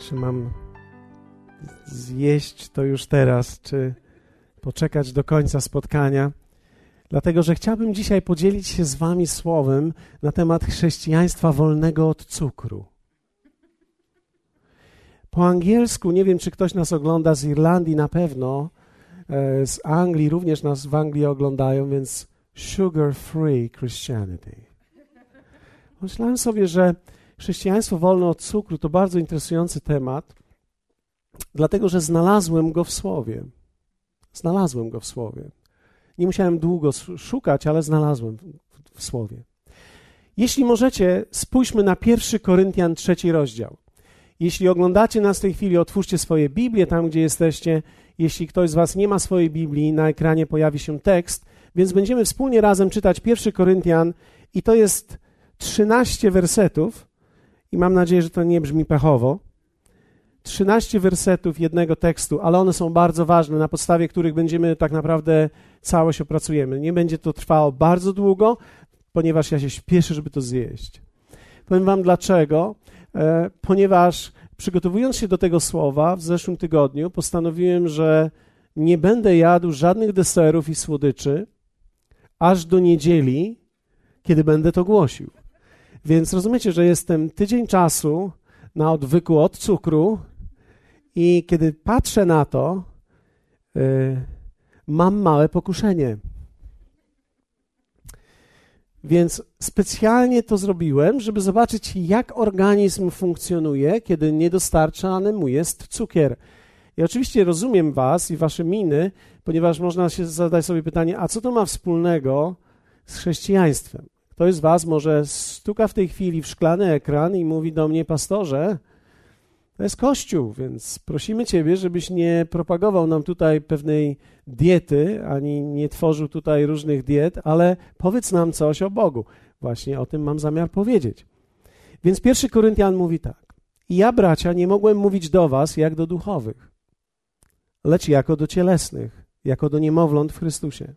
Czy mam zjeść to już teraz, czy poczekać do końca spotkania? Dlatego, że chciałbym dzisiaj podzielić się z wami słowem na temat chrześcijaństwa wolnego od cukru. Po angielsku, nie wiem, czy ktoś nas ogląda z Irlandii na pewno, z Anglii również nas w Anglii oglądają, więc sugar-free Christianity. Myślałem sobie, że chrześcijaństwo wolne od cukru to bardzo interesujący temat, dlatego, że znalazłem go w Słowie. Znalazłem go w Słowie. Nie musiałem długo szukać, ale znalazłem w Słowie. Jeśli możecie, spójrzmy na 1 Koryntian 3 rozdział. Jeśli oglądacie nas w tej chwili, otwórzcie swoje Biblię tam, gdzie jesteście. Jeśli ktoś z was nie ma swojej Biblii, na ekranie pojawi się tekst, więc będziemy wspólnie razem czytać 1 Koryntian i to jest 13 wersetów i mam nadzieję, że to nie brzmi pechowo. 13 wersetów jednego tekstu, ale one są bardzo ważne, na podstawie których będziemy tak naprawdę całość opracujemy. Nie będzie to trwało bardzo długo, ponieważ ja się śpieszę, żeby to zjeść. Powiem wam dlaczego. Ponieważ przygotowując się do tego słowa w zeszłym tygodniu postanowiłem, że nie będę jadł żadnych deserów i słodyczy aż do niedzieli, kiedy będę to głosił. Więc rozumiecie, że jestem tydzień czasu na odwyku od cukru i kiedy patrzę na to, mam małe pokuszenie. Więc specjalnie to zrobiłem, żeby zobaczyć, jak organizm funkcjonuje, kiedy niedostarczany mu jest cukier. I oczywiście rozumiem was i wasze miny, ponieważ można się zadać sobie pytanie, a co to ma wspólnego z chrześcijaństwem? Ktoś z was może stuka w tej chwili w szklany ekran i mówi do mnie, pastorze, to jest Kościół, więc prosimy Ciebie, żebyś nie propagował nam tutaj pewnej diety, ani nie tworzył tutaj różnych diet, ale powiedz nam coś o Bogu. Właśnie o tym mam zamiar powiedzieć. Więc 1 Koryntian mówi tak. I ja, bracia, nie mogłem mówić do was jak do duchowych, lecz jako do cielesnych, jako do niemowląt w Chrystusie.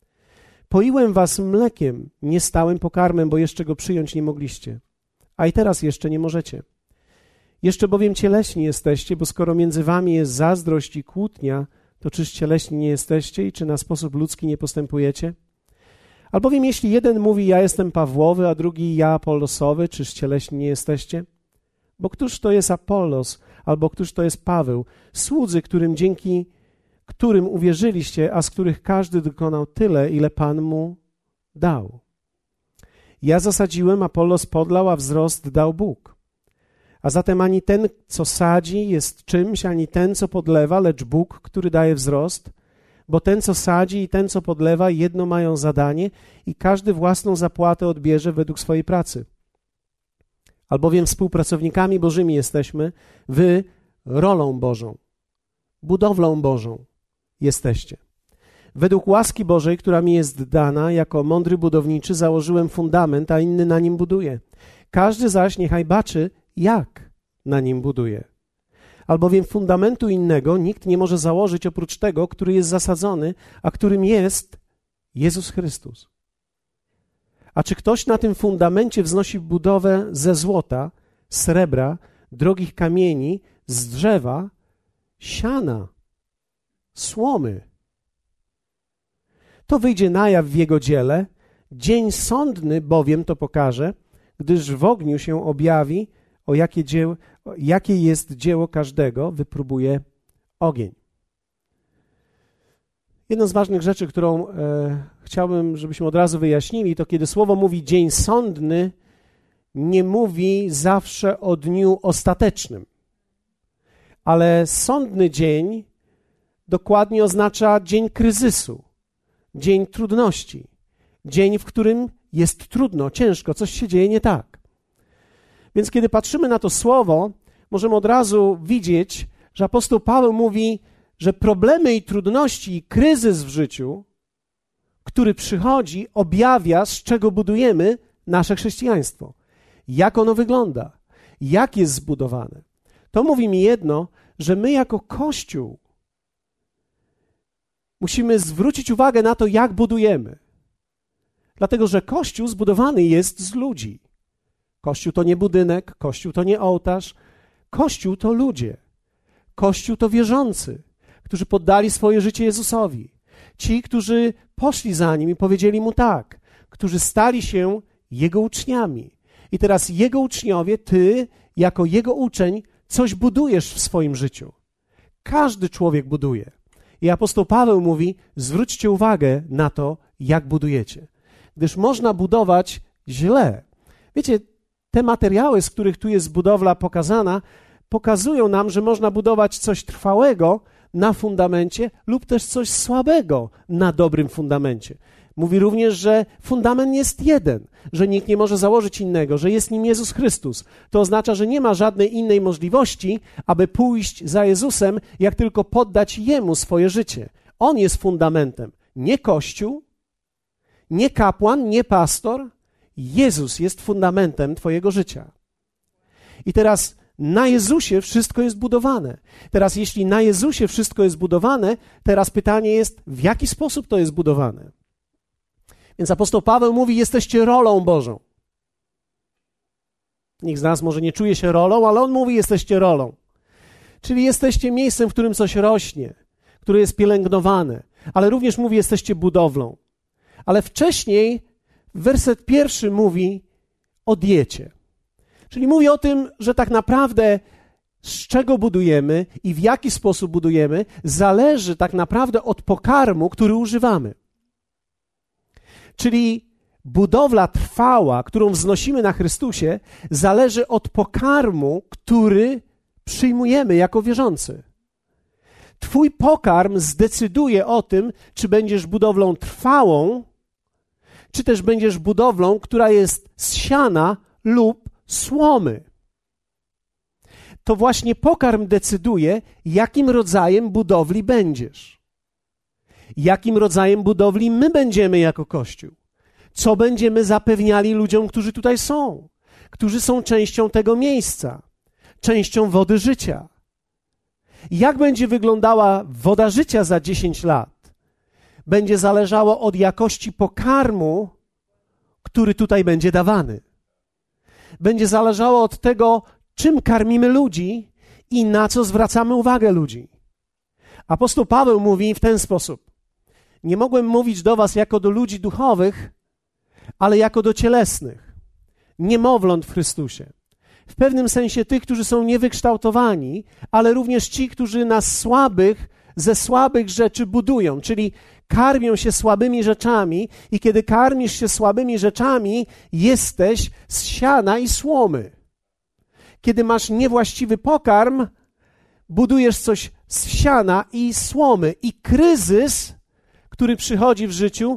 Poiłem was mlekiem, nie stałym pokarmem, bo jeszcze go przyjąć nie mogliście, a i teraz jeszcze nie możecie. Jeszcze bowiem cieleśni jesteście, bo skoro między wami jest zazdrość i kłótnia, to czyż cieleśni nie jesteście i czy na sposób ludzki nie postępujecie? Albowiem jeśli jeden mówi, ja jestem Pawłowy, a drugi ja Apollosowy, czyż cieleśni nie jesteście? Bo któż to jest Apollos, albo któż to jest Paweł? Słudzy, dzięki którym uwierzyliście, a z których każdy dokonał tyle, ile Pan mu dał. Ja zasadziłem, Apollos podlał, a wzrost dał Bóg. A zatem ani ten, co sadzi, jest czymś, ani ten, co podlewa, lecz Bóg, który daje wzrost, bo ten, co sadzi i ten, co podlewa, jedno mają zadanie i każdy własną zapłatę odbierze według swojej pracy. Albowiem współpracownikami Bożymi jesteśmy, wy rolą Bożą, budowlą Bożą jesteście. Według łaski Bożej, która mi jest dana, jako mądry budowniczy założyłem fundament, a inny na nim buduje. Każdy zaś niechaj baczy, jak na nim buduje. Albowiem fundamentu innego nikt nie może założyć oprócz tego, który jest zasadzony, a którym jest Jezus Chrystus. A czy ktoś na tym fundamencie wznosi budowę ze złota, srebra, drogich kamieni, z drzewa, siana, słomy? To wyjdzie na jaw w jego dziele, dzień sądny bowiem to pokaże, gdyż w ogniu się objawi, jakie jest dzieło każdego, wypróbuje ogień. Jedna z ważnych rzeczy, którą chciałbym, żebyśmy od razu wyjaśnili, to kiedy słowo mówi dzień sądny, nie mówi zawsze o dniu ostatecznym. Ale sądny dzień dokładnie oznacza dzień kryzysu, dzień trudności, dzień, w którym jest trudno, ciężko, coś się dzieje nie tak. Więc kiedy patrzymy na to słowo, możemy od razu widzieć, że apostoł Paweł mówi, że problemy i trudności i kryzys w życiu, który przychodzi, objawia, z czego budujemy nasze chrześcijaństwo. Jak ono wygląda, jak jest zbudowane. To mówi mi jedno, że my jako Kościół musimy zwrócić uwagę na to, jak budujemy. Dlatego, że Kościół zbudowany jest z ludzi. Kościół to nie budynek, Kościół to nie ołtarz, Kościół to ludzie. Kościół to wierzący, którzy poddali swoje życie Jezusowi. Ci, którzy poszli za Nim i powiedzieli Mu tak, którzy stali się Jego uczniami. I teraz Jego uczniowie, ty, jako Jego uczeń, coś budujesz w swoim życiu. Każdy człowiek buduje. I apostoł Paweł mówi, zwróćcie uwagę na to, jak budujecie. Gdyż można budować źle. Wiecie, te materiały, z których tu jest budowla pokazana, pokazują nam, że można budować coś trwałego na fundamencie lub też coś słabego na dobrym fundamencie. Mówi również, że fundament jest jeden, że nikt nie może założyć innego, że jest nim Jezus Chrystus. To oznacza, że nie ma żadnej innej możliwości, aby pójść za Jezusem, jak tylko poddać Jemu swoje życie. On jest fundamentem, nie Kościół, nie kapłan, nie pastor. Jezus jest fundamentem twojego życia. I teraz na Jezusie wszystko jest budowane. Teraz jeśli na Jezusie wszystko jest budowane, teraz pytanie jest, w jaki sposób to jest budowane? Więc apostoł Paweł mówi, jesteście rolą Bożą. Nikt z nas może nie czuje się rolą, ale on mówi, jesteście rolą. Czyli jesteście miejscem, w którym coś rośnie, które jest pielęgnowane, ale również mówi, jesteście budowlą. Ale wcześniej werset 1 mówi o diecie. Czyli mówi o tym, że tak naprawdę z czego budujemy i w jaki sposób budujemy, zależy tak naprawdę od pokarmu, który używamy. Czyli budowla trwała, którą wznosimy na Chrystusie, zależy od pokarmu, który przyjmujemy jako wierzący. Twój pokarm zdecyduje o tym, czy będziesz budowlą trwałą, czy też będziesz budowlą, która jest z siana lub słomy. To właśnie pokarm decyduje, jakim rodzajem budowli będziesz. Jakim rodzajem budowli my będziemy jako Kościół. Co będziemy zapewniali ludziom, którzy tutaj są, którzy są częścią tego miejsca, częścią wody życia. Jak będzie wyglądała woda życia za 10 lat? Będzie zależało od jakości pokarmu, który tutaj będzie dawany. Będzie zależało od tego, czym karmimy ludzi i na co zwracamy uwagę ludzi. Apostoł Paweł mówi w ten sposób. Nie mogłem mówić do was jako do ludzi duchowych, ale jako do cielesnych, niemowląt w Chrystusie. W pewnym sensie tych, którzy są niewykształtowani, ale również ci, którzy nas ze słabych rzeczy budują, czyli karmią się słabymi rzeczami i kiedy karmisz się słabymi rzeczami, jesteś z siana i słomy. Kiedy masz niewłaściwy pokarm, budujesz coś z siana i słomy. I kryzys, który przychodzi w życiu,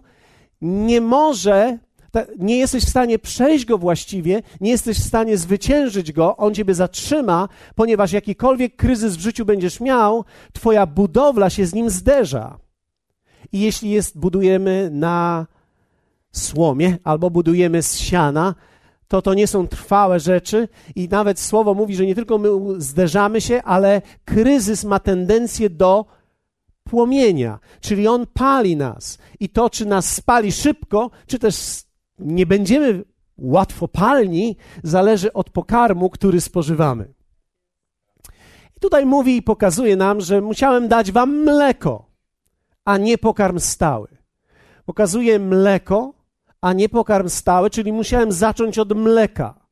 nie jesteś w stanie przejść go właściwie, nie jesteś w stanie zwyciężyć go, on ciebie zatrzyma, ponieważ jakikolwiek kryzys w życiu będziesz miał, twoja budowla się z nim zderza. I jeśli budujemy na słomie albo budujemy z siana, to nie są trwałe rzeczy i nawet słowo mówi, że nie tylko my zderzamy się, ale kryzys ma tendencję do płomienia, czyli on pali nas. I to, czy nas spali szybko, czy też nie będziemy łatwopalni, zależy od pokarmu, który spożywamy. I tutaj mówi i pokazuje nam, że musiałem dać wam mleko, a nie pokarm stały. Pokazuje mleko, a nie pokarm stały, czyli musiałem zacząć od mleka.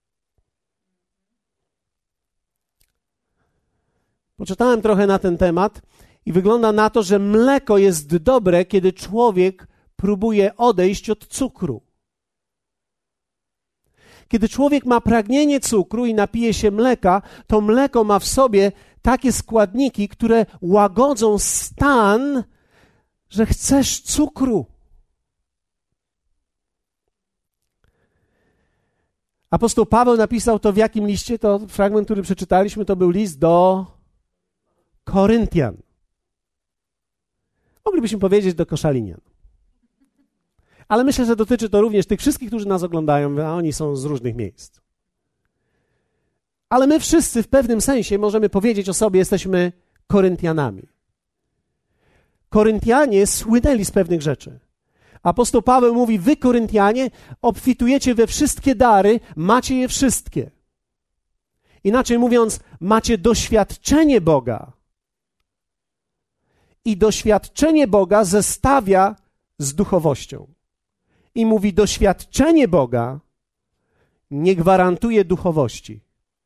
Poczytałem trochę na ten temat i wygląda na to, że mleko jest dobre, kiedy człowiek próbuje odejść od cukru. Kiedy człowiek ma pragnienie cukru i napije się mleka, to mleko ma w sobie takie składniki, które łagodzą stan, że chcesz cukru. Apostoł Paweł napisał to w jakim liście? To fragment, który przeczytaliśmy, to był list do Koryntian. Moglibyśmy powiedzieć do Koszalinian. Ale myślę, że dotyczy to również tych wszystkich, którzy nas oglądają, a oni są z różnych miejsc. Ale my wszyscy w pewnym sensie możemy powiedzieć o sobie, jesteśmy Koryntianami. Koryntianie słynęli z pewnych rzeczy. Apostoł Paweł mówi, wy Koryntianie obfitujecie we wszystkie dary, macie je wszystkie. Inaczej mówiąc, macie doświadczenie Boga. I doświadczenie Boga zestawia z duchowością. I mówi, doświadczenie Boga nie gwarantuje duchowości.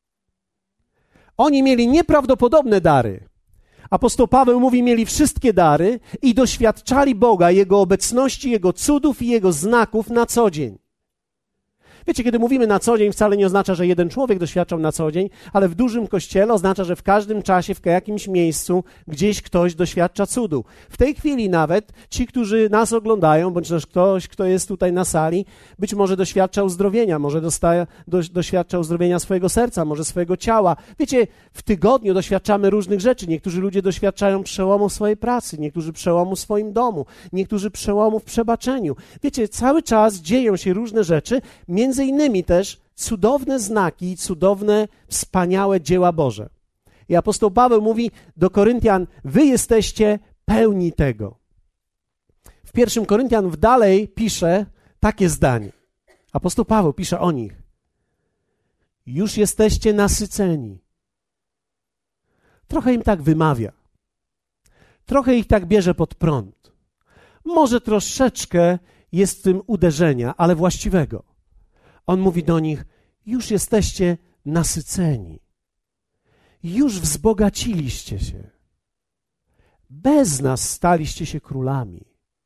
Oni mieli nieprawdopodobne dary. Apostoł Paweł mówi, mieli wszystkie dary i doświadczali Boga, Jego obecności, Jego cudów i Jego znaków na co dzień. Wiecie, kiedy mówimy na co dzień, wcale nie oznacza, że jeden człowiek doświadczał na co dzień, ale w dużym kościele oznacza, że w każdym czasie, w jakimś miejscu, gdzieś ktoś doświadcza cudu. W tej chwili nawet ci, którzy nas oglądają, bądź też ktoś, kto jest tutaj na sali, być może doświadcza uzdrowienia, może doświadcza uzdrowienia swojego serca, może swojego ciała. Wiecie, w tygodniu doświadczamy różnych rzeczy. Niektórzy ludzie doświadczają przełomu w swojej pracy, niektórzy przełomu w swoim domu, niektórzy przełomu w przebaczeniu. Wiecie, cały czas dzieją się różne rzeczy, między innymi też cudowne znaki i cudowne, wspaniałe dzieła Boże. I apostoł Paweł mówi do Koryntian, wy jesteście pełni tego. W 1 Koryntian dalej pisze takie zdanie. Apostoł Paweł pisze o nich. Już jesteście nasyceni. Trochę im tak wymawia. Trochę ich tak bierze pod prąd. Może troszeczkę jest w tym uderzenia, ale właściwego. On mówi do nich, już jesteście nasyceni. Już wzbogaciliście się. Bez nas staliście się królami.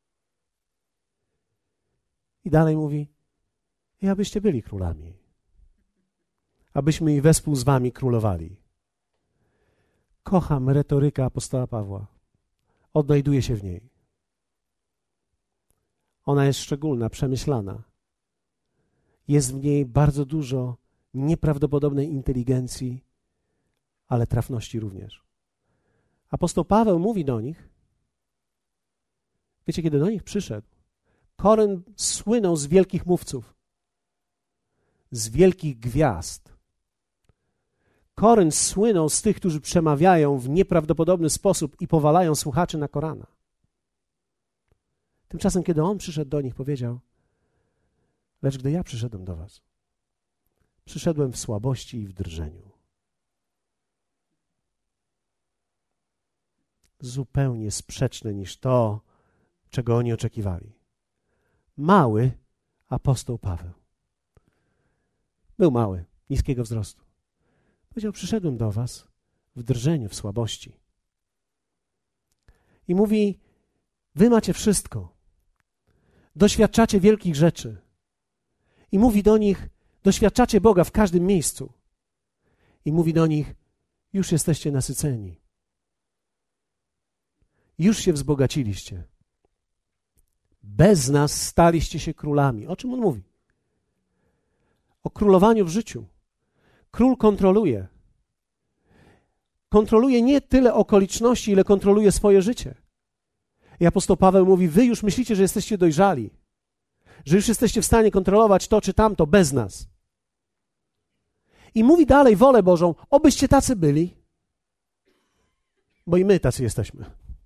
I dalej mówi, i abyście byli królami. Abyśmy i wespół z wami królowali. Kocham retorykę apostoła Pawła. Odnajduję się w niej. Ona jest szczególna, przemyślana. Jest w niej bardzo dużo nieprawdopodobnej inteligencji, ale trafności również. Apostoł Paweł mówi do nich, wiecie, kiedy do nich przyszedł, Korynt słynął z wielkich mówców, z wielkich gwiazd. Korynt słynął z tych, którzy przemawiają w nieprawdopodobny sposób i powalają słuchaczy na Korana. Tymczasem, kiedy on przyszedł do nich, powiedział, lecz gdy ja przyszedłem do was, przyszedłem w słabości i w drżeniu. Zupełnie sprzeczne niż to, czego oni oczekiwali. Mały apostoł Paweł. Był mały, niskiego wzrostu. Powiedział, przyszedłem do was w drżeniu, w słabości. I mówi, wy macie wszystko. Doświadczacie wielkich rzeczy. I mówi do nich, doświadczacie Boga w każdym miejscu. I mówi do nich, już jesteście nasyceni. Już się wzbogaciliście. Bez nas staliście się królami. O czym on mówi? O królowaniu w życiu. Król kontroluje. Kontroluje nie tyle okoliczności, ile kontroluje swoje życie. I apostoł Paweł mówi, wy już myślicie, że jesteście dojrzali. Że już jesteście w stanie kontrolować to czy tamto bez nas. I mówi dalej wolę Bożą, obyście tacy byli, bo i my tacy jesteśmy.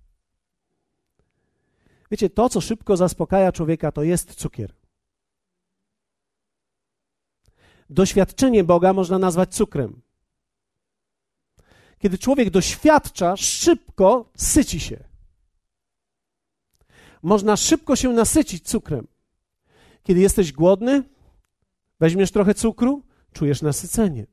Wiecie, to, co szybko zaspokaja człowieka, to jest cukier. Doświadczenie Boga można nazwać cukrem. Kiedy człowiek doświadcza, szybko syci się. Można szybko się nasycić cukrem. Kiedy jesteś głodny, weźmiesz trochę cukru, czujesz nasycenie.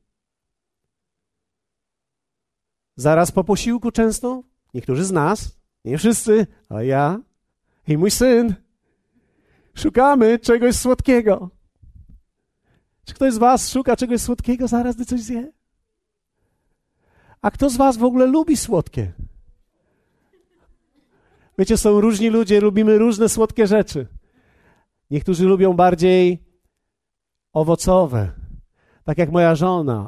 Zaraz po posiłku często, niektórzy z nas, nie wszyscy, ale ja i mój syn, szukamy czegoś słodkiego. Czy ktoś z was szuka czegoś słodkiego zaraz, gdy coś zje? A kto z was w ogóle lubi słodkie? Wiecie, są różni ludzie, lubimy różne słodkie rzeczy. Niektórzy lubią bardziej owocowe, tak jak moja żona.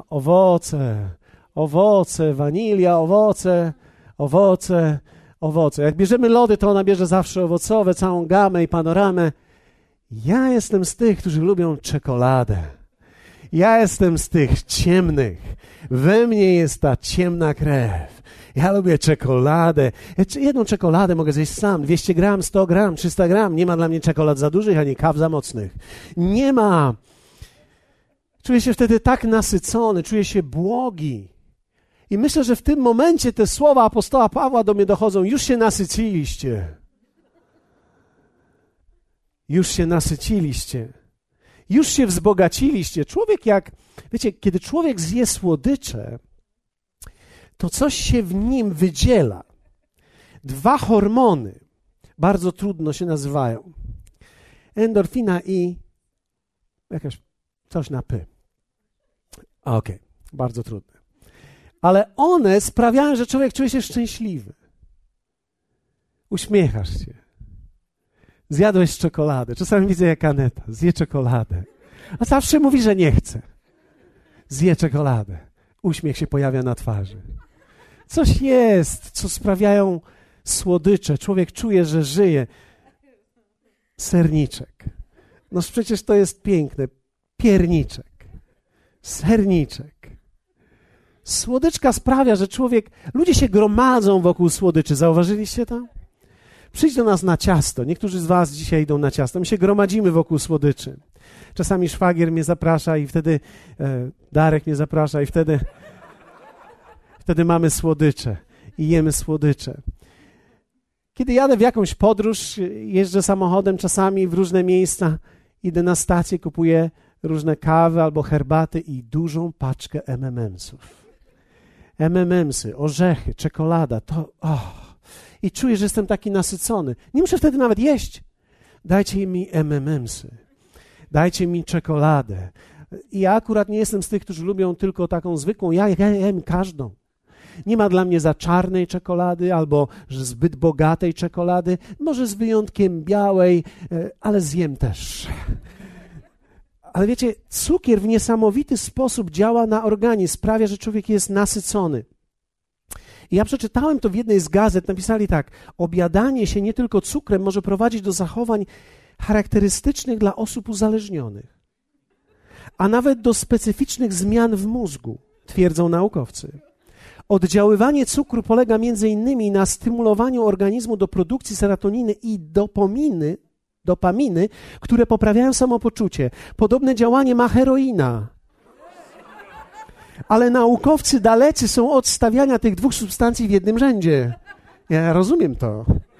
Owoce, wanilia, owoce. Jak bierzemy lody, to ona bierze zawsze owocowe, całą gamę i panoramę. Ja jestem z tych, którzy lubią czekoladę. Ja jestem z tych ciemnych. We mnie jest ta ciemna krew. Ja lubię czekoladę. Jedną czekoladę mogę zjeść sam. 200 gram, 100 gram, 300 gram. Nie ma dla mnie czekolad za dużych, ani kaw za mocnych. Nie ma. Czuję się wtedy tak nasycony, czuję się błogi. I myślę, że w tym momencie te słowa apostoła Pawła do mnie dochodzą. Już się nasyciliście. Już się nasyciliście. Już się wzbogaciliście. Wiecie, kiedy człowiek zje słodycze, to coś się w nim wydziela. 2 hormony bardzo trudno się nazywają. Endorfina i coś na P. Okej, bardzo trudne. Ale one sprawiają, że człowiek czuje się szczęśliwy. Uśmiechasz się. Zjadłeś czekoladę. Czasami widzę jak Aneta. Zje czekoladę. A zawsze mówi, że nie chce. Zje czekoladę. Uśmiech się pojawia na twarzy. Coś jest, co sprawiają słodycze. Człowiek czuje, że żyje. Serniczek. No przecież to jest piękne. Pierniczek. Serniczek. Słodyczka sprawia, że ludzie się gromadzą wokół słodyczy. Zauważyliście to? Przyjdź do nas na ciasto. Niektórzy z was dzisiaj idą na ciasto. My się gromadzimy wokół słodyczy. Czasami szwagier mnie zaprasza i wtedy Darek mnie zaprasza i wtedy mamy słodycze i jemy słodycze. Kiedy jadę w jakąś podróż, jeżdżę samochodem czasami w różne miejsca, idę na stację, kupuję różne kawy albo herbaty i dużą paczkę M&M'sów. M&M'sy, orzechy, czekolada, I czuję, że jestem taki nasycony. Nie muszę wtedy nawet jeść. Dajcie mi M&M'sy. Dajcie mi czekoladę. I ja akurat nie jestem z tych, którzy lubią tylko taką zwykłą. Ja jem każdą. Nie ma dla mnie za czarnej czekolady albo zbyt bogatej czekolady. Może z wyjątkiem białej, ale zjem też. Ale wiecie, cukier w niesamowity sposób działa na organizm. Sprawia, że człowiek jest nasycony. I ja przeczytałem to w jednej z gazet, napisali tak: objadanie się nie tylko cukrem może prowadzić do zachowań charakterystycznych dla osób uzależnionych, a nawet do specyficznych zmian w mózgu, twierdzą naukowcy. Oddziaływanie cukru polega m.in. na stymulowaniu organizmu do produkcji serotoniny i dopaminy, które poprawiają samopoczucie. Podobne działanie ma heroina. Ale naukowcy dalecy są od stawiania tych 2 substancji w jednym rzędzie. Ja rozumiem to.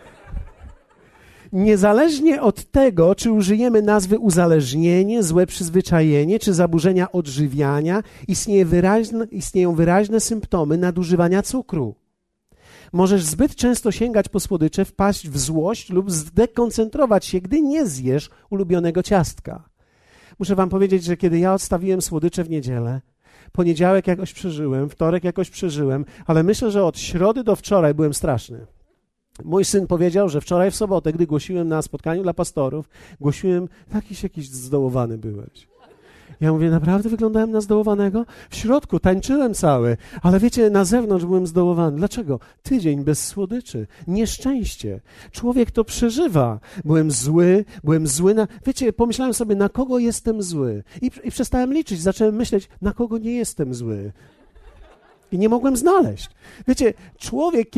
Niezależnie od tego, czy użyjemy nazwy uzależnienie, złe przyzwyczajenie, czy zaburzenia odżywiania, istnieją wyraźne symptomy nadużywania cukru. Możesz zbyt często sięgać po słodycze, wpaść w złość lub zdekoncentrować się, gdy nie zjesz ulubionego ciastka. Muszę wam powiedzieć, że kiedy ja odstawiłem słodycze w niedzielę, poniedziałek jakoś przeżyłem, wtorek jakoś przeżyłem, ale myślę, że od środy do wczoraj byłem straszny. Mój syn powiedział, że wczoraj w sobotę, gdy głosiłem na spotkaniu dla pastorów, jakiś zdołowany byłeś. Ja mówię, naprawdę wyglądałem na zdołowanego? W środku tańczyłem cały, ale wiecie, na zewnątrz byłem zdołowany. Dlaczego? Tydzień bez słodyczy. Nieszczęście. Człowiek to przeżywa. Byłem zły Wiecie, pomyślałem sobie, na kogo jestem zły. I przestałem liczyć. Zacząłem myśleć, na kogo nie jestem zły. I nie mogłem znaleźć. Wiecie, człowiek,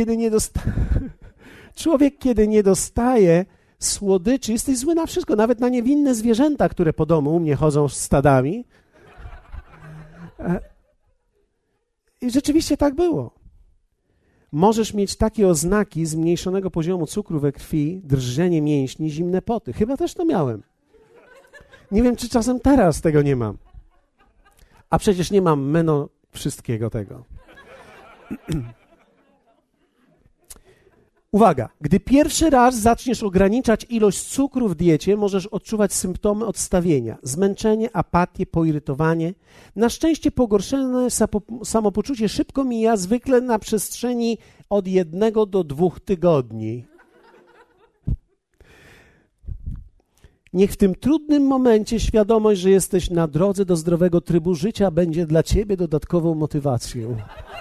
kiedy nie dostaje słodyczy, jesteś zły na wszystko, nawet na niewinne zwierzęta, które po domu u mnie chodzą stadami. I rzeczywiście tak było. Możesz mieć takie oznaki zmniejszonego poziomu cukru we krwi, drżenie mięśni, zimne poty. Chyba też to miałem. Nie wiem, czy czasem teraz tego nie mam. A przecież nie mam wszystkiego tego. Uwaga, gdy pierwszy raz zaczniesz ograniczać ilość cukru w diecie, możesz odczuwać symptomy odstawienia, zmęczenie, apatię, poirytowanie. Na szczęście pogorszone samopoczucie szybko mija, zwykle na przestrzeni od 1 do 2 tygodni. Niech w tym trudnym momencie świadomość, że jesteś na drodze do zdrowego trybu życia, będzie dla ciebie dodatkową motywacją.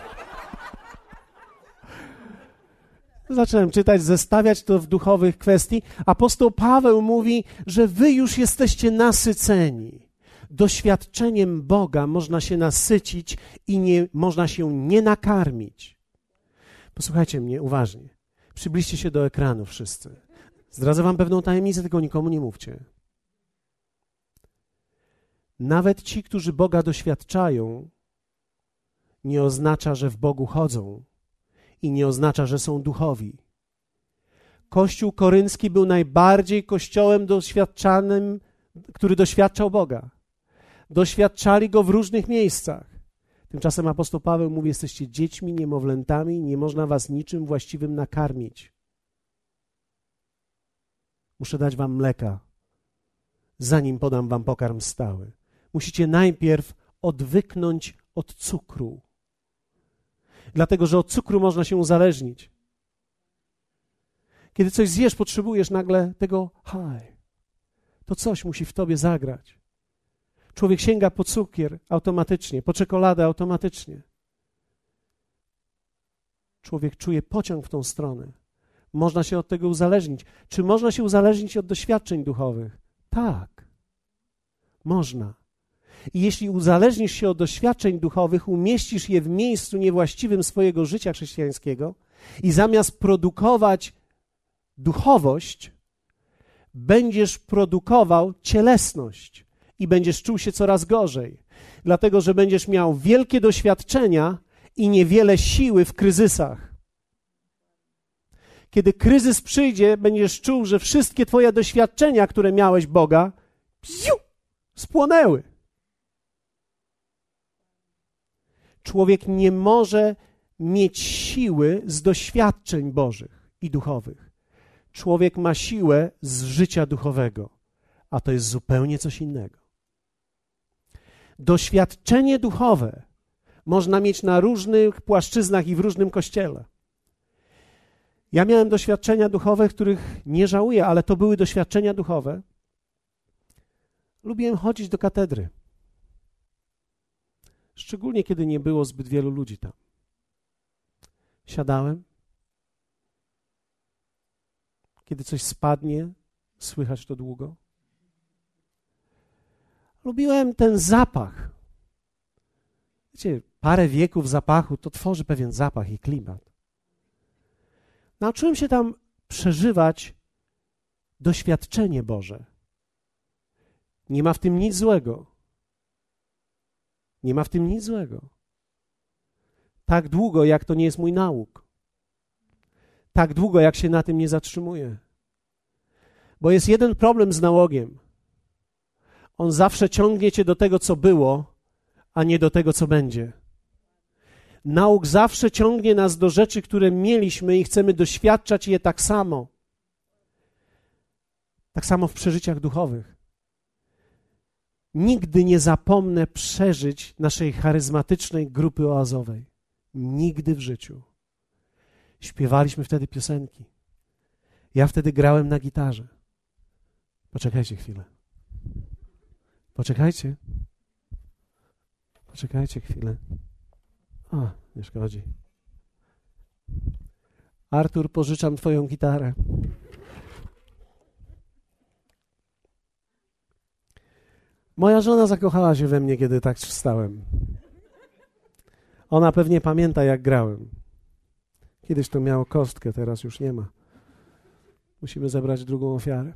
Zacząłem czytać, zestawiać to w duchowych kwestii. Apostoł Paweł mówi, że wy już jesteście nasyceni. Doświadczeniem Boga można się nasycić i można się nie nakarmić. Posłuchajcie mnie uważnie. Przybliżcie się do ekranu wszyscy. Zdradzę wam pewną tajemnicę, tylko nikomu nie mówcie. Nawet ci, którzy Boga doświadczają, nie oznacza, że w Bogu chodzą i nie oznacza, że są duchowi. Kościół koryncki był najbardziej kościołem doświadczanym, który doświadczał Boga. Doświadczali Go w różnych miejscach. Tymczasem apostoł Paweł mówi, jesteście dziećmi, niemowlętami, nie można was niczym właściwym nakarmić. Muszę dać wam mleka, zanim podam wam pokarm stały. Musicie najpierw odwyknąć od cukru. Dlatego, że od cukru można się uzależnić. Kiedy coś zjesz, potrzebujesz nagle tego high. To coś musi w tobie zagrać. Człowiek sięga po cukier automatycznie, po czekoladę automatycznie. Człowiek czuje pociąg w tą stronę. Można się od tego uzależnić. Czy można się uzależnić od doświadczeń duchowych? Tak. Można. I jeśli uzależnisz się od doświadczeń duchowych, umieścisz je w miejscu niewłaściwym swojego życia chrześcijańskiego i zamiast produkować duchowość, będziesz produkował cielesność i będziesz czuł się coraz gorzej, dlatego że będziesz miał wielkie doświadczenia i niewiele siły w kryzysach. Kiedy kryzys przyjdzie, będziesz czuł, że wszystkie twoje doświadczenia, które miałeś Boga, spłonęły. Człowiek nie może mieć siły z doświadczeń Bożych i duchowych. Człowiek ma siłę z życia duchowego, a to jest zupełnie coś innego. Doświadczenie duchowe można mieć na różnych płaszczyznach i w różnym kościele. Ja miałem doświadczenia duchowe, których nie żałuję, ale to były doświadczenia duchowe. Lubiłem chodzić do katedry. Szczególnie, kiedy nie było zbyt wielu ludzi tam. Siadałem. Kiedy coś spadnie, słychać to długo. Lubiłem ten zapach. Wiecie, parę wieków zapachu to tworzy pewien zapach i klimat. Nauczyłem się tam przeżywać doświadczenie Boże. Nie ma w tym nic złego. Nie ma w tym nic złego. Tak długo, jak to nie jest mój nauk. Tak długo, jak się na tym nie zatrzymuję. Bo jest jeden problem z nałogiem. On zawsze ciągnie cię do tego, co było, a nie do tego, co będzie. Nauk zawsze ciągnie nas do rzeczy, które mieliśmy i chcemy doświadczać je tak samo. Tak samo w przeżyciach duchowych. Nigdy nie zapomnę przeżyć naszej charyzmatycznej grupy oazowej. Nigdy w życiu. Śpiewaliśmy wtedy piosenki. Ja wtedy grałem na gitarze. Poczekajcie chwilę. Poczekajcie. Poczekajcie chwilę. O, nie szkodzi. Artur, pożyczam twoją gitarę. Moja żona zakochała się we mnie, kiedy tak wstałem. Ona pewnie pamięta, jak grałem. Kiedyś to miało kostkę, teraz już nie ma. Musimy zebrać drugą ofiarę.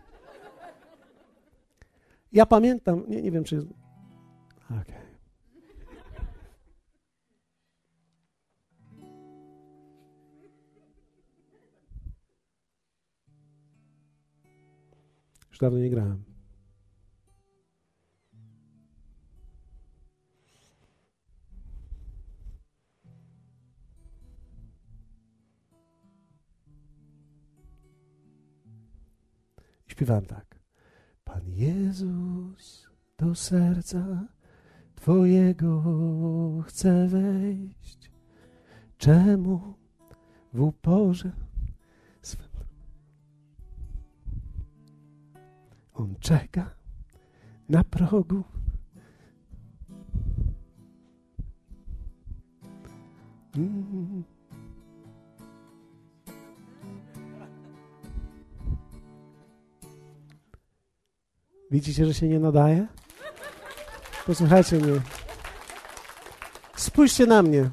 Ja pamiętam, nie wiem, czy... Okej. Już dawno nie grałem. Śpiewałem tak. Pan Jezus do serca Twojego chce wejść. Czemu w uporze swym On czeka na progu. Widzicie, że się nie nadaje? Posłuchajcie mnie. Spójrzcie na mnie.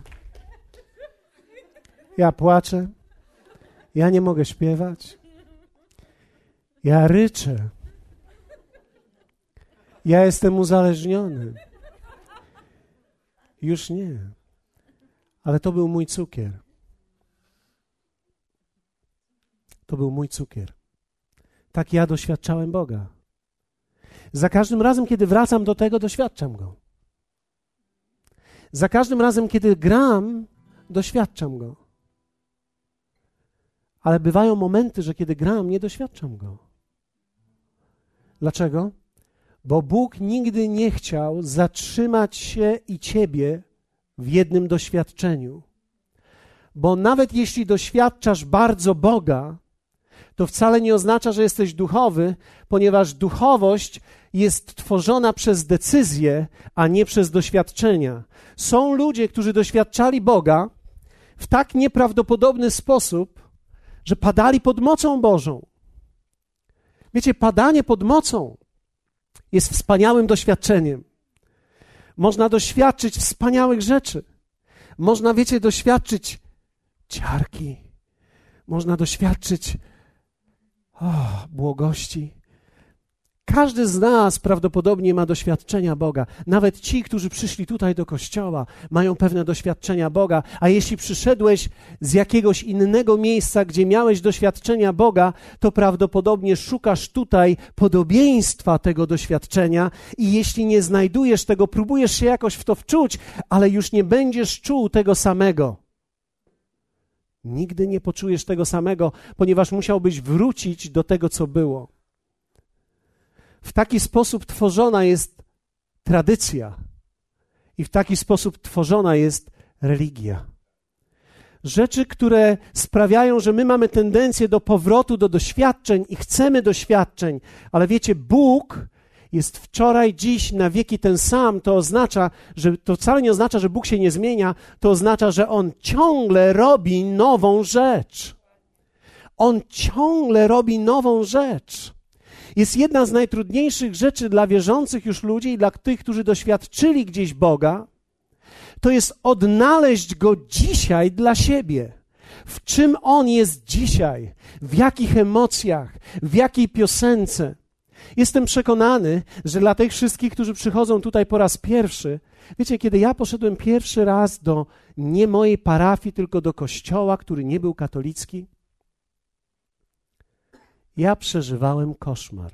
Ja płaczę. Ja nie mogę śpiewać. Ja ryczę. Ja jestem uzależniony. Już nie. Ale to był mój cukier. To był mój cukier. Tak ja doświadczałem Boga. Za każdym razem, kiedy wracam do tego, doświadczam Go. Za każdym razem, kiedy gram, doświadczam Go. Ale bywają momenty, że kiedy gram, nie doświadczam Go. Dlaczego? Bo Bóg nigdy nie chciał zatrzymać się i ciebie w jednym doświadczeniu. Bo nawet jeśli doświadczasz bardzo Boga, to wcale nie oznacza, że jesteś duchowy, ponieważ duchowość jest tworzona przez decyzje, a nie przez doświadczenia. Są ludzie, którzy doświadczali Boga w tak nieprawdopodobny sposób, że padali pod mocą Bożą. Wiecie, padanie pod mocą jest wspaniałym doświadczeniem. Można doświadczyć wspaniałych rzeczy. Można, wiecie, doświadczyć ciarki. Można doświadczyć błogości. Każdy z nas prawdopodobnie ma doświadczenia Boga. Nawet ci, którzy przyszli tutaj do kościoła, mają pewne doświadczenia Boga. A jeśli przyszedłeś z jakiegoś innego miejsca, gdzie miałeś doświadczenia Boga, to prawdopodobnie szukasz tutaj podobieństwa tego doświadczenia i jeśli nie znajdujesz tego, próbujesz się jakoś w to wczuć, ale już nie będziesz czuł tego samego. Nigdy nie poczujesz tego samego, ponieważ musiałbyś wrócić do tego, co było. W taki sposób tworzona jest tradycja i w taki sposób tworzona jest religia. Rzeczy, które sprawiają, że my mamy tendencję do powrotu do doświadczeń i chcemy doświadczeń, ale wiecie, Bóg jest wczoraj, dziś, na wieki ten sam. To oznacza, że to wcale nie oznacza, że Bóg się nie zmienia, to oznacza, że On ciągle robi nową rzecz. On ciągle robi nową rzecz. Jest jedna z najtrudniejszych rzeczy dla wierzących już ludzi i dla tych, którzy doświadczyli gdzieś Boga, to jest odnaleźć Go dzisiaj dla siebie. W czym On jest dzisiaj, w jakich emocjach, w jakiej piosence. Jestem przekonany, że dla tych wszystkich, którzy przychodzą tutaj po raz pierwszy, wiecie, kiedy ja poszedłem pierwszy raz do nie mojej parafii, tylko do kościoła, który nie był katolicki, ja przeżywałem koszmar.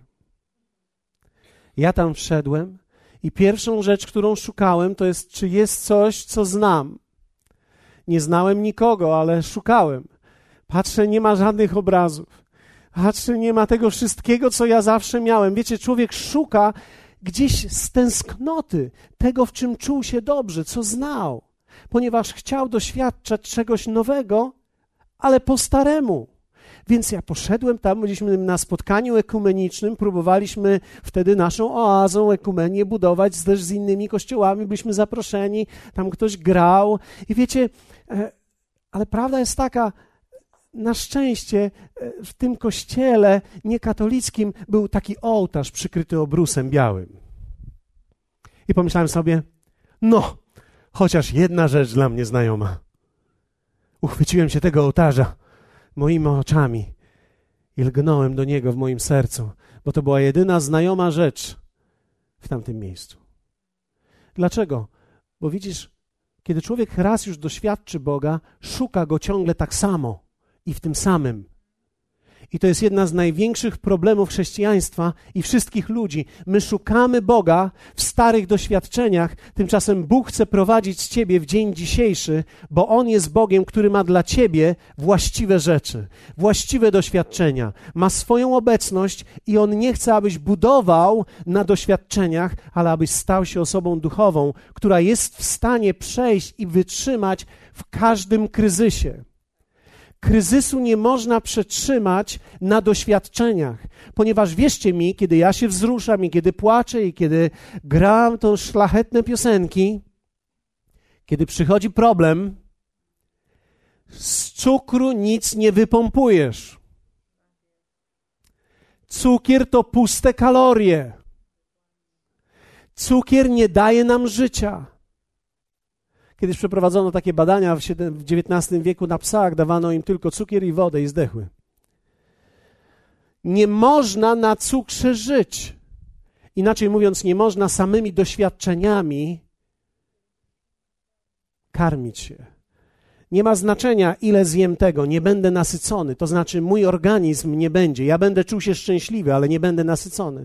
Ja tam wszedłem i pierwszą rzecz, którą szukałem, to jest, czy jest coś, co znam. Nie znałem nikogo, ale szukałem. Patrzę, nie ma żadnych obrazów. Patrzę, nie ma tego wszystkiego, co ja zawsze miałem. Wiecie, człowiek szuka gdzieś z tęsknoty tego, w czym czuł się dobrze, co znał, ponieważ chciał doświadczać czegoś nowego, ale po staremu. Więc ja poszedłem tam, byliśmy na spotkaniu ekumenicznym, próbowaliśmy wtedy naszą oazą ekumenię budować też z innymi kościołami, byliśmy zaproszeni, tam ktoś grał i wiecie, ale prawda jest taka, na szczęście w tym kościele niekatolickim był taki ołtarz przykryty obrusem białym. I pomyślałem sobie, no, chociaż jedna rzecz dla mnie znajoma. Uchwyciłem się tego ołtarza moimi oczami i lgnąłem do niego w moim sercu, bo to była jedyna znajoma rzecz w tamtym miejscu. Dlaczego? Bo widzisz, kiedy człowiek raz już doświadczy Boga, szuka Go ciągle tak samo i w tym samym. I to jest jedna z największych problemów chrześcijaństwa i wszystkich ludzi. My szukamy Boga w starych doświadczeniach, tymczasem Bóg chce prowadzić ciebie w dzień dzisiejszy, bo On jest Bogiem, który ma dla ciebie właściwe rzeczy, właściwe doświadczenia. Ma swoją obecność i On nie chce, abyś budował na doświadczeniach, ale abyś stał się osobą duchową, która jest w stanie przejść i wytrzymać w każdym kryzysie. Kryzysu nie można przetrzymać na doświadczeniach, ponieważ wierzcie mi, kiedy ja się wzruszam i kiedy płaczę i kiedy gram to szlachetne piosenki, kiedy przychodzi problem, z cukru nic nie wypompujesz. Cukier to puste kalorie. Cukier nie daje nam życia. Kiedyś przeprowadzono takie badania w XIX wieku na psach, dawano im tylko cukier i wodę i zdechły. Nie można na cukrze żyć. Inaczej mówiąc, nie można samymi doświadczeniami karmić się. Nie ma znaczenia, ile zjem tego, nie będę nasycony. To znaczy, mój organizm nie będzie. Ja będę czuł się szczęśliwy, ale nie będę nasycony.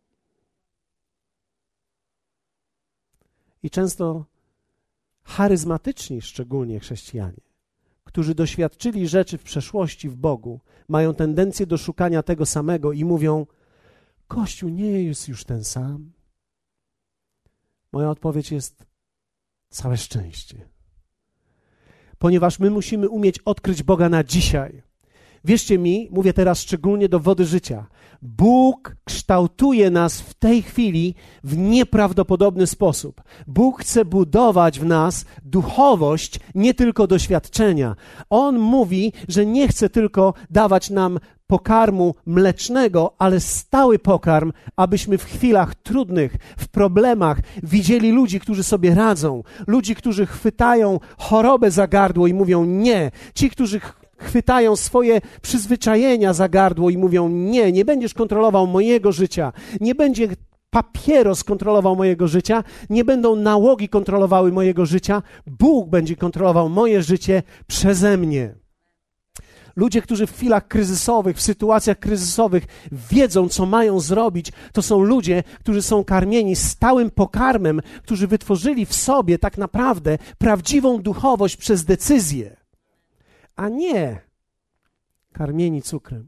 I często charyzmatyczni, szczególnie chrześcijanie, którzy doświadczyli rzeczy w przeszłości w Bogu, mają tendencję do szukania tego samego i mówią: Kościół nie jest już ten sam. Moja odpowiedź jest: całe szczęście. Ponieważ my musimy umieć odkryć Boga na dzisiaj. Wierzcie mi, mówię teraz szczególnie do Wody Życia. Bóg kształtuje nas w tej chwili w nieprawdopodobny sposób. Bóg chce budować w nas duchowość, nie tylko doświadczenia. On mówi, że nie chce tylko dawać nam pokarmu mlecznego, ale stały pokarm, abyśmy w chwilach trudnych, w problemach widzieli ludzi, którzy sobie radzą. Ludzi, którzy chwytają chorobę za gardło i mówią nie. Ci, którzy chwytają swoje przyzwyczajenia za gardło i mówią: nie, nie będziesz kontrolował mojego życia, nie będzie papieros kontrolował mojego życia, nie będą nałogi kontrolowały mojego życia, Bóg będzie kontrolował moje życie przeze mnie. Ludzie, którzy w chwilach kryzysowych, w sytuacjach kryzysowych wiedzą, co mają zrobić, to są ludzie, którzy są karmieni stałym pokarmem, którzy wytworzyli w sobie tak naprawdę prawdziwą duchowość przez decyzję, a nie karmieni cukrem.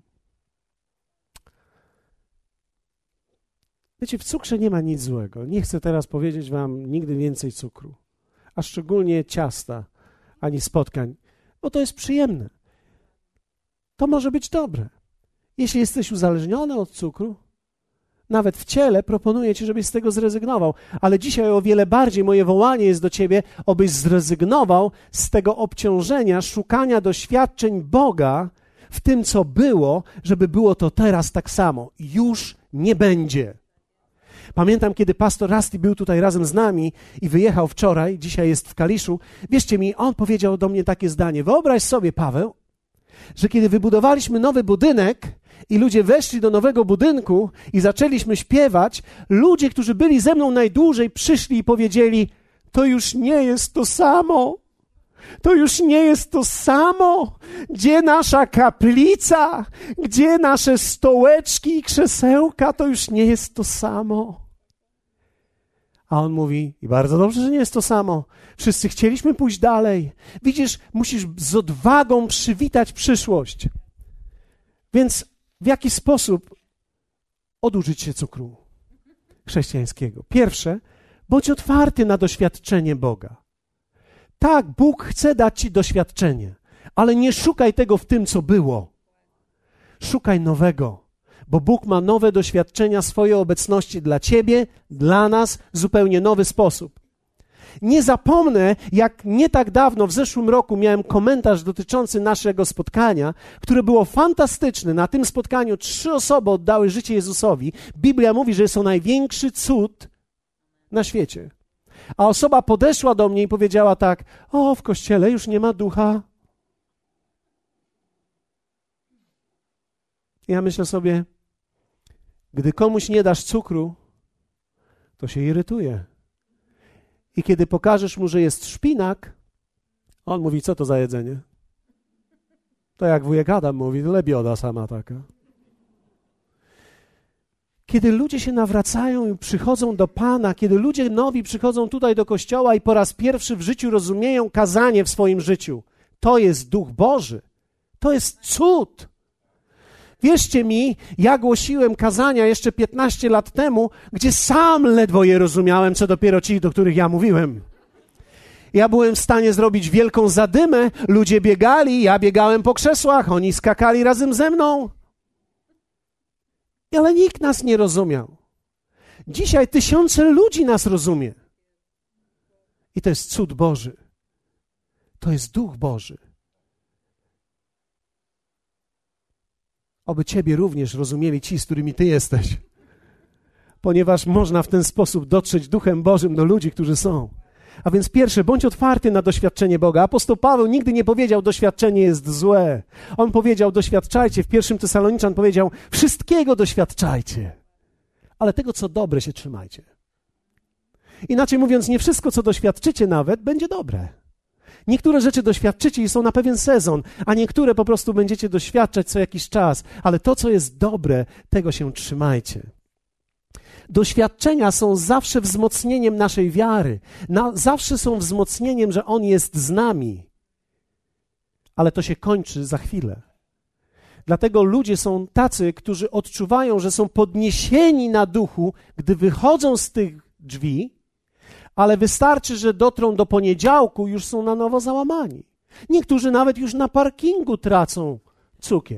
Wiecie, w cukrze nie ma nic złego. Nie chcę teraz powiedzieć wam nigdy więcej cukru, a szczególnie ciasta, ani spotkań, bo to jest przyjemne. To może być dobre. Jeśli jesteś uzależniony od cukru, nawet w ciele proponuję ci, żebyś z tego zrezygnował. Ale dzisiaj o wiele bardziej moje wołanie jest do ciebie, abyś zrezygnował z tego obciążenia, szukania doświadczeń Boga w tym, co było, żeby było to teraz tak samo. Już nie będzie. Pamiętam, kiedy pastor Rusty był tutaj razem z nami i wyjechał wczoraj, dzisiaj jest w Kaliszu. Wierzcie mi, on powiedział do mnie takie zdanie: wyobraź sobie, Paweł, że kiedy wybudowaliśmy nowy budynek i ludzie weszli do nowego budynku i zaczęliśmy śpiewać, ludzie, którzy byli ze mną najdłużej, przyszli i powiedzieli: to już nie jest to samo. To już nie jest to samo. Gdzie nasza kaplica? Gdzie nasze stołeczki i krzesełka? To już nie jest to samo. A on mówi: i bardzo dobrze, że nie jest to samo. Wszyscy chcieliśmy pójść dalej. Widzisz, musisz z odwagą przywitać przyszłość. Więc w jaki sposób odużyć się cukru chrześcijańskiego? Pierwsze, bądź otwarty na doświadczenie Boga. Tak, Bóg chce dać ci doświadczenie, ale nie szukaj tego w tym, co było. Szukaj nowego, bo Bóg ma nowe doświadczenia swojej obecności dla ciebie, dla nas, w zupełnie nowy sposób. Nie zapomnę, jak nie tak dawno, w zeszłym roku, miałem komentarz dotyczący naszego spotkania, które było fantastyczne. Na tym spotkaniu 3 osoby oddały życie Jezusowi. Biblia mówi, że jest to największy cud na świecie. A osoba podeszła do mnie i powiedziała tak: o, w kościele już nie ma ducha. Ja myślę sobie, gdy komuś nie dasz cukru, to się irytuje. I kiedy pokażesz mu, że jest szpinak, on mówi: co to za jedzenie? To jak wujek Adam mówi, lebioda sama taka. Kiedy ludzie się nawracają i przychodzą do Pana, kiedy ludzie nowi przychodzą tutaj do kościoła i po raz pierwszy w życiu rozumieją kazanie w swoim życiu, to jest Duch Boży. To jest cud. Wierzcie mi, ja głosiłem kazania jeszcze 15 lat temu, gdzie sam ledwo je rozumiałem, co dopiero ci, do których ja mówiłem. Ja byłem w stanie zrobić wielką zadymę, ludzie biegali, ja biegałem po krzesłach, oni skakali razem ze mną. Ale nikt nas nie rozumiał. Dzisiaj tysiące ludzi nas rozumie. I to jest cud Boży. To jest Duch Boży. Oby ciebie również rozumieli ci, z którymi ty jesteś. Ponieważ można w ten sposób dotrzeć Duchem Bożym do ludzi, którzy są. A więc pierwsze, bądź otwarty na doświadczenie Boga. Apostoł Paweł nigdy nie powiedział: doświadczenie jest złe. On powiedział: doświadczajcie. W 1 Tesaloniczan powiedział: wszystkiego doświadczajcie. ale tego, co dobre, się trzymajcie. Inaczej mówiąc, nie wszystko, co doświadczycie nawet, będzie dobre. Niektóre rzeczy doświadczycie i są na pewien sezon, a niektóre po prostu będziecie doświadczać co jakiś czas, ale to, co jest dobre, tego się trzymajcie. Doświadczenia są zawsze wzmocnieniem naszej wiary. Zawsze są wzmocnieniem, że On jest z nami. Ale to się kończy za chwilę. Dlatego ludzie są tacy, którzy odczuwają, że są podniesieni na duchu, gdy wychodzą z tych drzwi, ale wystarczy, że dotrą do poniedziałku, już są na nowo załamani. Niektórzy nawet już na parkingu tracą cukier.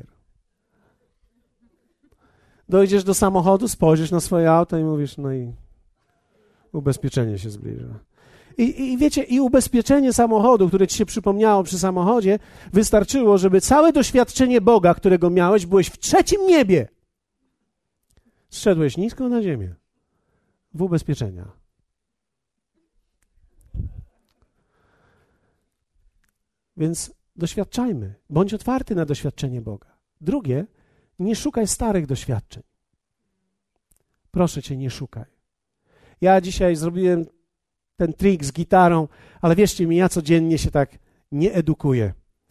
Dojdziesz do samochodu, spojrzysz na swoje auto i mówisz, no i ubezpieczenie się zbliża. I wiecie, i ubezpieczenie samochodu, które ci się przypomniało przy samochodzie, wystarczyło, żeby całe doświadczenie Boga, którego miałeś, byłeś w trzecim niebie. Zszedłeś nisko na ziemię w ubezpieczenia. Więc doświadczajmy, bądź otwarty na doświadczenie Boga. Drugie, nie szukaj starych doświadczeń. Proszę cię, nie szukaj. Ja dzisiaj zrobiłem ten trik z gitarą, ale wierzcie mi, ja codziennie się tak nie edukuję.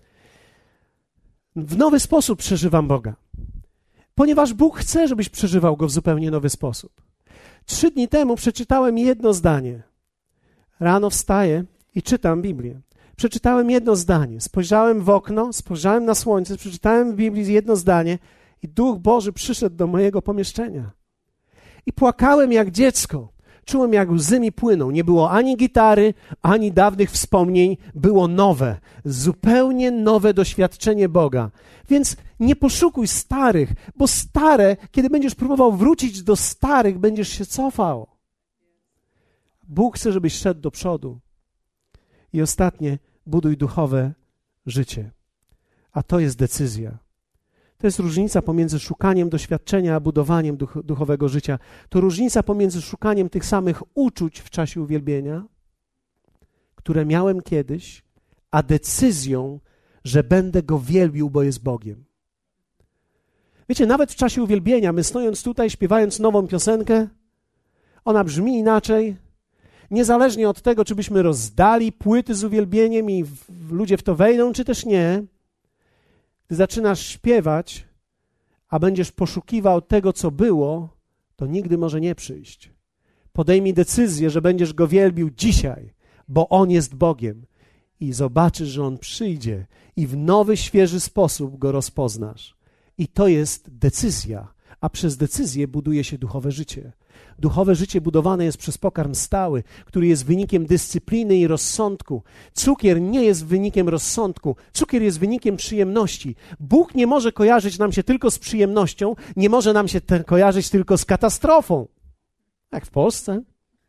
W nowy sposób przeżywam Boga, ponieważ Bóg chce, żebyś przeżywał Go w zupełnie nowy sposób. 3 dni temu przeczytałem jedno zdanie. Rano wstaję i czytam Biblię. Przeczytałem jedno zdanie. Spojrzałem w okno, spojrzałem na słońce, przeczytałem w Biblii jedno zdanie i Duch Boży przyszedł do mojego pomieszczenia. I płakałem jak dziecko. Czułem, jak łzy mi płyną. Nie było ani gitary, ani dawnych wspomnień. Było nowe, zupełnie nowe doświadczenie Boga. Więc nie poszukuj starych, bo stare, kiedy będziesz próbował wrócić do starych, będziesz się cofał. Bóg chce, żebyś szedł do przodu. I ostatnie, buduj duchowe życie. A to jest decyzja. To jest różnica pomiędzy szukaniem doświadczenia, a budowaniem duchowego życia. To różnica pomiędzy szukaniem tych samych uczuć w czasie uwielbienia, które miałem kiedyś, a decyzją, że będę Go wielbił, bo jest Bogiem. Wiecie, nawet w czasie uwielbienia, my stojąc tutaj, śpiewając nową piosenkę, ona brzmi inaczej, niezależnie od tego, czy byśmy rozdali płyty z uwielbieniem i ludzie w to wejdą, czy też nie. Gdy zaczynasz śpiewać, a będziesz poszukiwał tego, co było, to nigdy może nie przyjść. Podejmij decyzję, że będziesz Go wielbił dzisiaj, bo On jest Bogiem i zobaczysz, że On przyjdzie i w nowy, świeży sposób Go rozpoznasz. I to jest decyzja, a przez decyzję buduje się duchowe życie. Duchowe życie budowane jest przez pokarm stały, który jest wynikiem dyscypliny i rozsądku. Cukier nie jest wynikiem rozsądku. Cukier jest wynikiem przyjemności. Bóg nie może kojarzyć nam się tylko z przyjemnością, nie może nam się kojarzyć tylko z katastrofą. Jak w Polsce.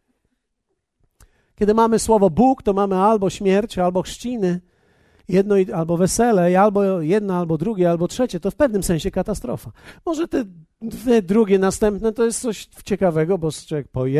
Kiedy mamy słowo Bóg, to mamy albo śmierć, albo chrzciny, albo wesele, albo jedno, albo drugie, albo trzecie. To w pewnym sensie katastrofa. Może te dwie drugie następne to jest coś ciekawego, bo człowiek poje,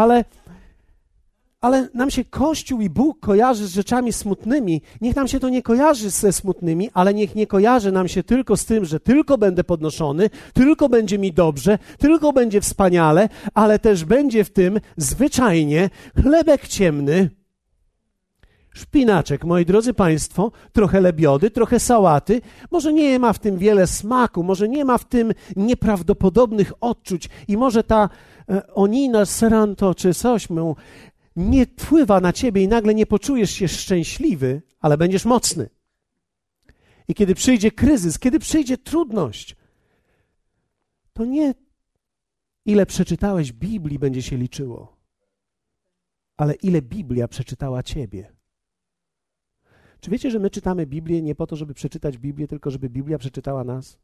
ale nam się Kościół i Bóg kojarzy z rzeczami smutnymi. Niech nam się to nie kojarzy ze smutnymi, ale niech nie kojarzy nam się tylko z tym, że tylko będę podnoszony, tylko będzie mi dobrze, tylko będzie wspaniale, ale też będzie w tym zwyczajnie chlebek ciemny, szpinaczek, moi drodzy Państwo, trochę lebiody, trochę sałaty. Może nie ma w tym wiele smaku, może nie ma w tym nieprawdopodobnych odczuć i może ta onina seranto czy coś nie wpływa na ciebie i nagle nie poczujesz się szczęśliwy, ale będziesz mocny. I kiedy przyjdzie kryzys, kiedy przyjdzie trudność, to nie ile przeczytałeś Biblii będzie się liczyło, ale ile Biblia przeczytała ciebie. Czy wiecie, że my czytamy Biblię nie po to, żeby przeczytać Biblię, tylko żeby Biblia przeczytała nas?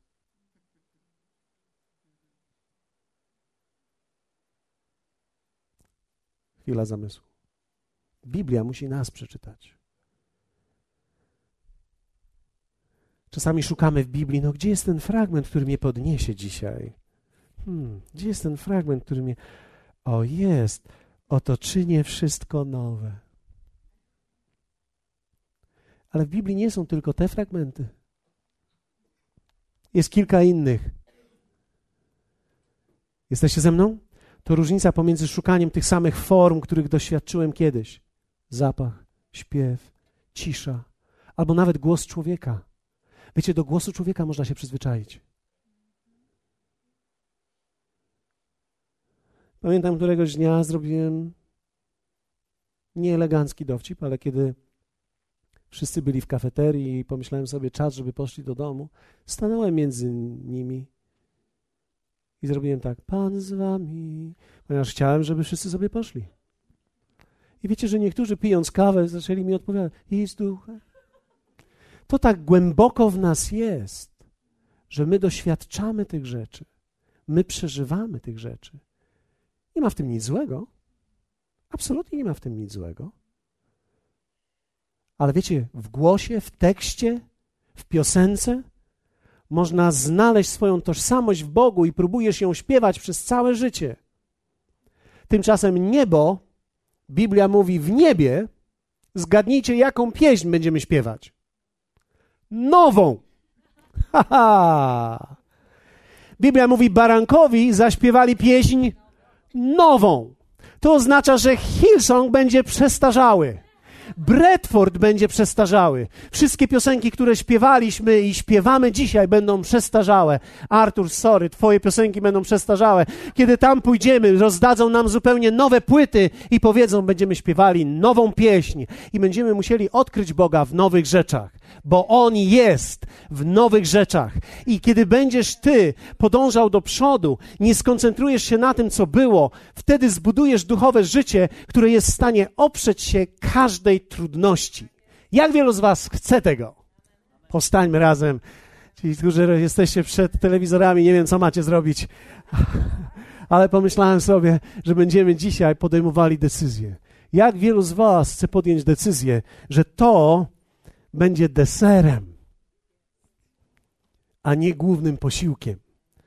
Chwila zamysłu. Biblia musi nas przeczytać. Czasami szukamy w Biblii, gdzie jest ten fragment, który mnie podniesie dzisiaj? Gdzie jest ten fragment, który mnie... O, jest. Oto czynię wszystko nowe. Ale w Biblii nie są tylko te fragmenty. Jest kilka innych. Jesteście ze mną? To różnica pomiędzy szukaniem tych samych form, których doświadczyłem kiedyś. Zapach, śpiew, cisza, albo nawet głos człowieka. Wiecie, do głosu człowieka można się przyzwyczaić. Pamiętam, któregoś dnia zrobiłem nieelegancki dowcip, ale kiedy wszyscy byli w kafeterii i pomyślałem sobie czas, żeby poszli do domu, stanąłem między nimi i zrobiłem tak, Pan z wami, ponieważ chciałem, żeby wszyscy sobie poszli. I wiecie, że niektórzy pijąc kawę zaczęli mi odpowiadać, i z ducha. To tak głęboko w nas jest, że my doświadczamy tych rzeczy, my przeżywamy tych rzeczy. Nie ma w tym nic złego. Absolutnie nie ma w tym nic złego. Ale wiecie, w głosie, w tekście, w piosence można znaleźć swoją tożsamość w Bogu i próbujesz ją śpiewać przez całe życie. Tymczasem niebo, Biblia mówi w niebie, zgadnijcie, jaką pieśń będziemy śpiewać. Nową. Ha. Biblia mówi, barankowi zaśpiewali pieśń nową. To oznacza, że Hillsong będzie przestarzały. Bradford będzie przestarzały. Wszystkie piosenki, które śpiewaliśmy i śpiewamy dzisiaj, będą przestarzałe. Artur, sorry, twoje piosenki będą przestarzałe. Kiedy tam pójdziemy, rozdadzą nam zupełnie nowe płyty i powiedzą, będziemy śpiewali nową pieśń i będziemy musieli odkryć Boga w nowych rzeczach, bo On jest w nowych rzeczach. I kiedy będziesz ty podążał do przodu, nie skoncentrujesz się na tym, co było, wtedy zbudujesz duchowe życie, które jest w stanie oprzeć się każdej trudności. Jak wielu z was chce tego? Powstańmy razem. Ci, którzy jesteście przed telewizorami, nie wiem, co macie zrobić. Ale pomyślałem sobie, że będziemy dzisiaj podejmowali decyzję. Jak wielu z was chce podjąć decyzję, że to będzie deserem, a nie głównym posiłkiem.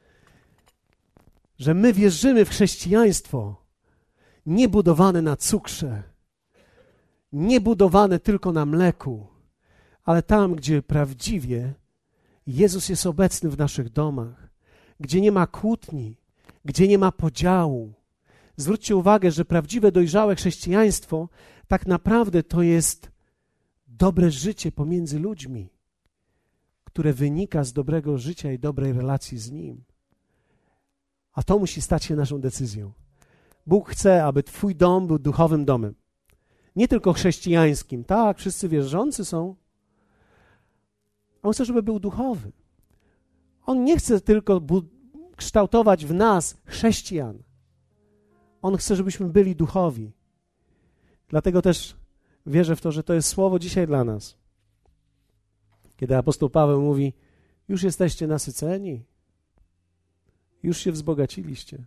Że my wierzymy w chrześcijaństwo niebudowane na cukrze, niebudowane tylko na mleku, ale tam, gdzie prawdziwie Jezus jest obecny w naszych domach, gdzie nie ma kłótni, gdzie nie ma podziału. Zwróćcie uwagę, że prawdziwe, dojrzałe chrześcijaństwo tak naprawdę to jest dobre życie pomiędzy ludźmi, które wynika z dobrego życia i dobrej relacji z Nim. A to musi stać się naszą decyzją. Bóg chce, aby twój dom był duchowym domem. Nie tylko chrześcijańskim. Tak, wszyscy wierzący są. On chce, żeby był duchowy. On nie chce tylko kształtować w nas chrześcijan. On chce, żebyśmy byli duchowi. Dlatego też wierzę w to, że to jest słowo dzisiaj dla nas. Kiedy apostoł Paweł mówi, już jesteście nasyceni, już się wzbogaciliście.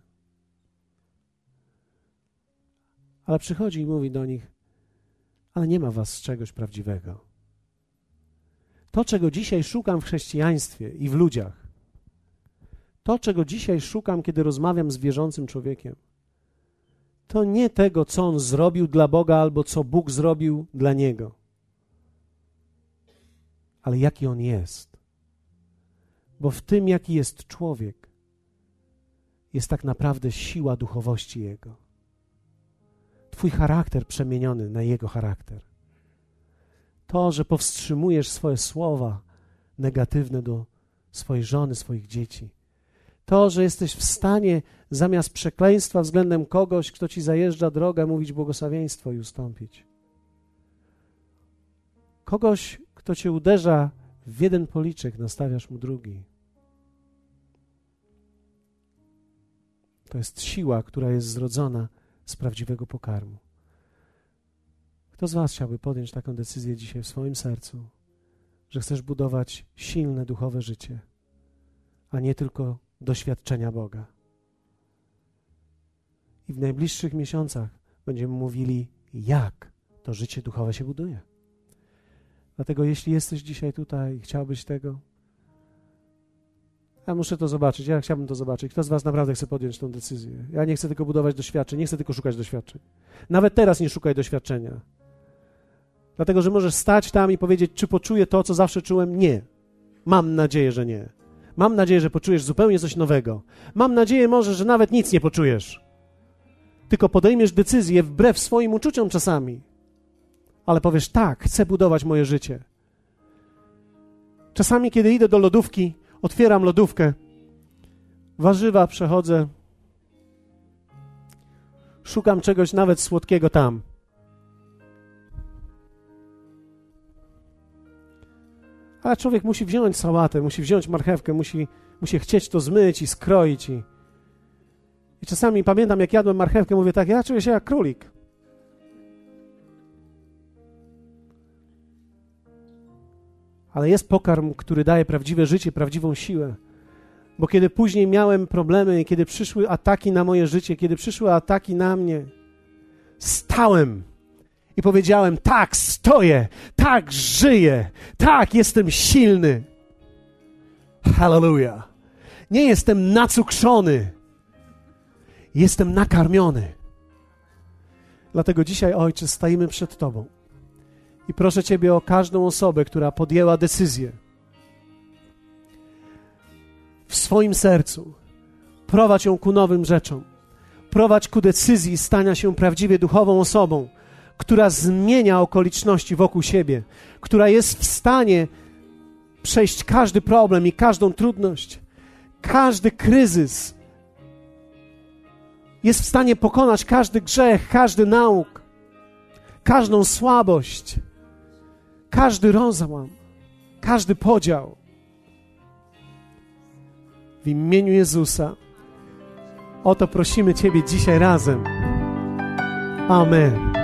Ale przychodzi i mówi do nich, ale nie ma w was czegoś prawdziwego. To, czego dzisiaj szukam w chrześcijaństwie i w ludziach, to, czego dzisiaj szukam, kiedy rozmawiam z wierzącym człowiekiem, to nie tego, co on zrobił dla Boga albo co Bóg zrobił dla niego, ale jaki on jest. Bo w tym, jaki jest człowiek, jest tak naprawdę siła duchowości jego. Twój charakter przemieniony na jego charakter. To, że powstrzymujesz swoje słowa negatywne do swojej żony, swoich dzieci. To, że jesteś w stanie zamiast przekleństwa względem kogoś, kto ci zajeżdża drogę, mówić błogosławieństwo i ustąpić. Kogoś, kto cię uderza w jeden policzek, nastawiasz mu drugi. To jest siła, która jest zrodzona z prawdziwego pokarmu. Kto z was chciałby podjąć taką decyzję dzisiaj w swoim sercu, że chcesz budować silne duchowe życie, a nie tylko doświadczenia Boga? I w najbliższych miesiącach będziemy mówili, jak to życie duchowe się buduje. Dlatego jeśli jesteś dzisiaj tutaj i chciałbyś tego, ja muszę to zobaczyć, ja chciałbym to zobaczyć. Kto z was naprawdę chce podjąć tę decyzję? Ja nie chcę tylko budować doświadczeń, nie chcę tylko szukać doświadczeń. Nawet teraz nie szukaj doświadczenia. Dlatego, że możesz stać tam i powiedzieć, czy poczuję to, co zawsze czułem? Nie. Mam nadzieję, że nie. Mam nadzieję, że poczujesz zupełnie coś nowego. Mam nadzieję może, że nawet nic nie poczujesz. tylko podejmiesz decyzję wbrew swoim uczuciom czasami. Ale powiesz, tak, chcę budować moje życie. Czasami, kiedy idę do lodówki, otwieram lodówkę, warzywa przechodzę, szukam czegoś nawet słodkiego tam. Ale człowiek musi wziąć sałatę, musi wziąć marchewkę, musi chcieć to zmyć i skroić. I czasami pamiętam, jak jadłem marchewkę, mówię tak, ja czuję się jak królik. Ale jest pokarm, który daje prawdziwe życie, prawdziwą siłę. Bo kiedy później miałem problemy, kiedy przyszły ataki na moje życie, kiedy przyszły ataki na mnie, stałem i powiedziałem, tak, stoję, tak, żyję, tak, jestem silny. Hallelujah. Nie jestem nacukrzony, jestem nakarmiony. Dlatego dzisiaj, Ojcze, stajemy przed Tobą i proszę Ciebie o każdą osobę, która podjęła decyzję w swoim sercu. Prowadź ją ku nowym rzeczom. Prowadź ku decyzji stania się prawdziwie duchową osobą, która zmienia okoliczności wokół siebie, która jest w stanie przejść każdy problem i każdą trudność, każdy kryzys. Jest w stanie pokonać każdy grzech, każdy nauk, każdą słabość, każdy rozłam, każdy podział. W imieniu Jezusa o to prosimy Ciebie dzisiaj razem. Amen.